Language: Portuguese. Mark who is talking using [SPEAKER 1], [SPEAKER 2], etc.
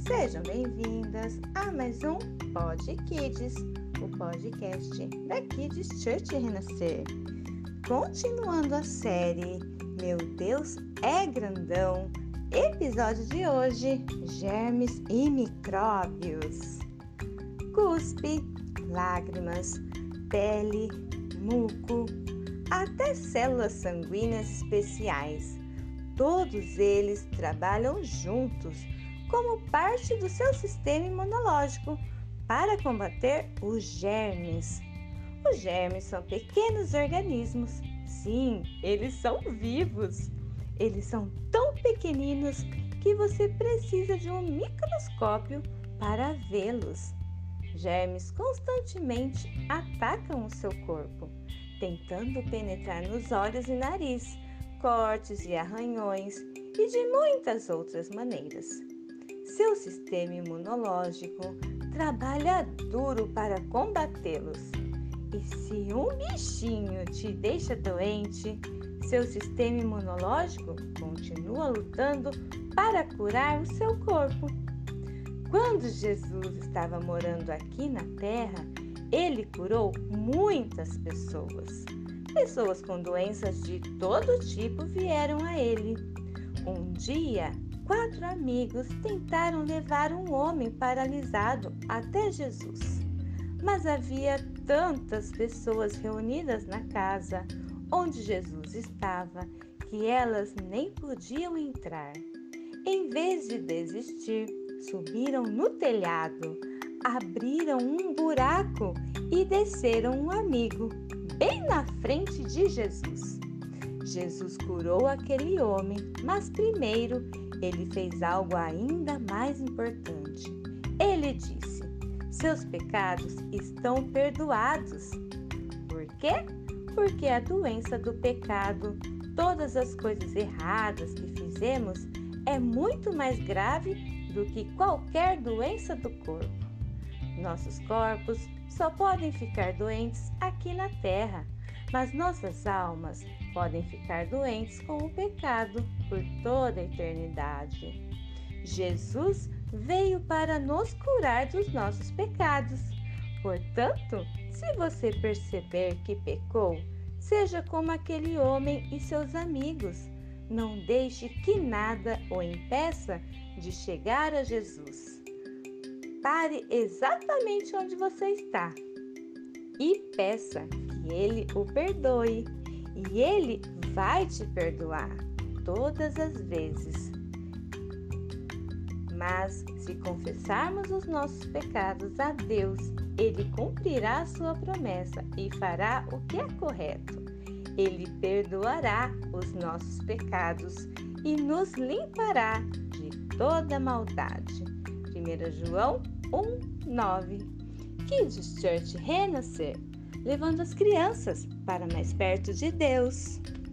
[SPEAKER 1] Sejam bem-vindas a mais um Pod Kids, o podcast da Kids Church Renascer. Continuando a série Meu Deus é Grandão, episódio de hoje, germes e micróbios. Cuspe, lágrimas, pele, muco, até células sanguíneas especiais. Todos eles trabalham juntos como parte do seu sistema imunológico para combater os germes. Os germes são pequenos organismos. Sim, eles são vivos. Eles são tão pequeninos que você precisa de um microscópio para vê-los. Germes constantemente atacam o seu corpo, tentando penetrar nos olhos e nariz, cortes e arranhões e de muitas outras maneiras. Seu sistema imunológico trabalha duro para combatê-los. E se um bichinho te deixa doente, seu sistema imunológico continua lutando para curar o seu corpo. Quando Jesus estava morando aqui na Terra, ele curou muitas pessoas. Pessoas com doenças de todo tipo vieram a ele. Um dia, 4 amigos tentaram levar um homem paralisado até Jesus. Mas havia tantas pessoas reunidas na casa onde Jesus estava que elas nem podiam entrar. Em vez de desistir, subiram no telhado, abriram um buraco e desceram um amigo, bem na frente de Jesus. Jesus curou aquele homem, mas primeiro ele fez algo ainda mais importante. Ele disse: seus pecados estão perdoados. Por quê? Porque a doença do pecado, todas as coisas erradas que fizemos, é muito mais grave do que qualquer doença do corpo. Nossos corpos só podem ficar doentes aqui na terra, mas nossas almas podem ficar doentes com o pecado por toda a eternidade. Jesus veio para nos curar dos nossos pecados. Portanto, se você perceber que pecou, seja como aquele homem e seus amigos. Não deixe que nada o impeça de chegar a Jesus. Pare exatamente onde você está e peça que Ele o perdoe. E Ele vai te perdoar todas as vezes. Mas se confessarmos os nossos pecados a Deus, Ele cumprirá a sua promessa e fará o que é correto. Ele perdoará os nossos pecados e nos limpará de toda maldade. 1 João 1:9. Kids Church Renascer, levando as crianças para mais perto de Deus.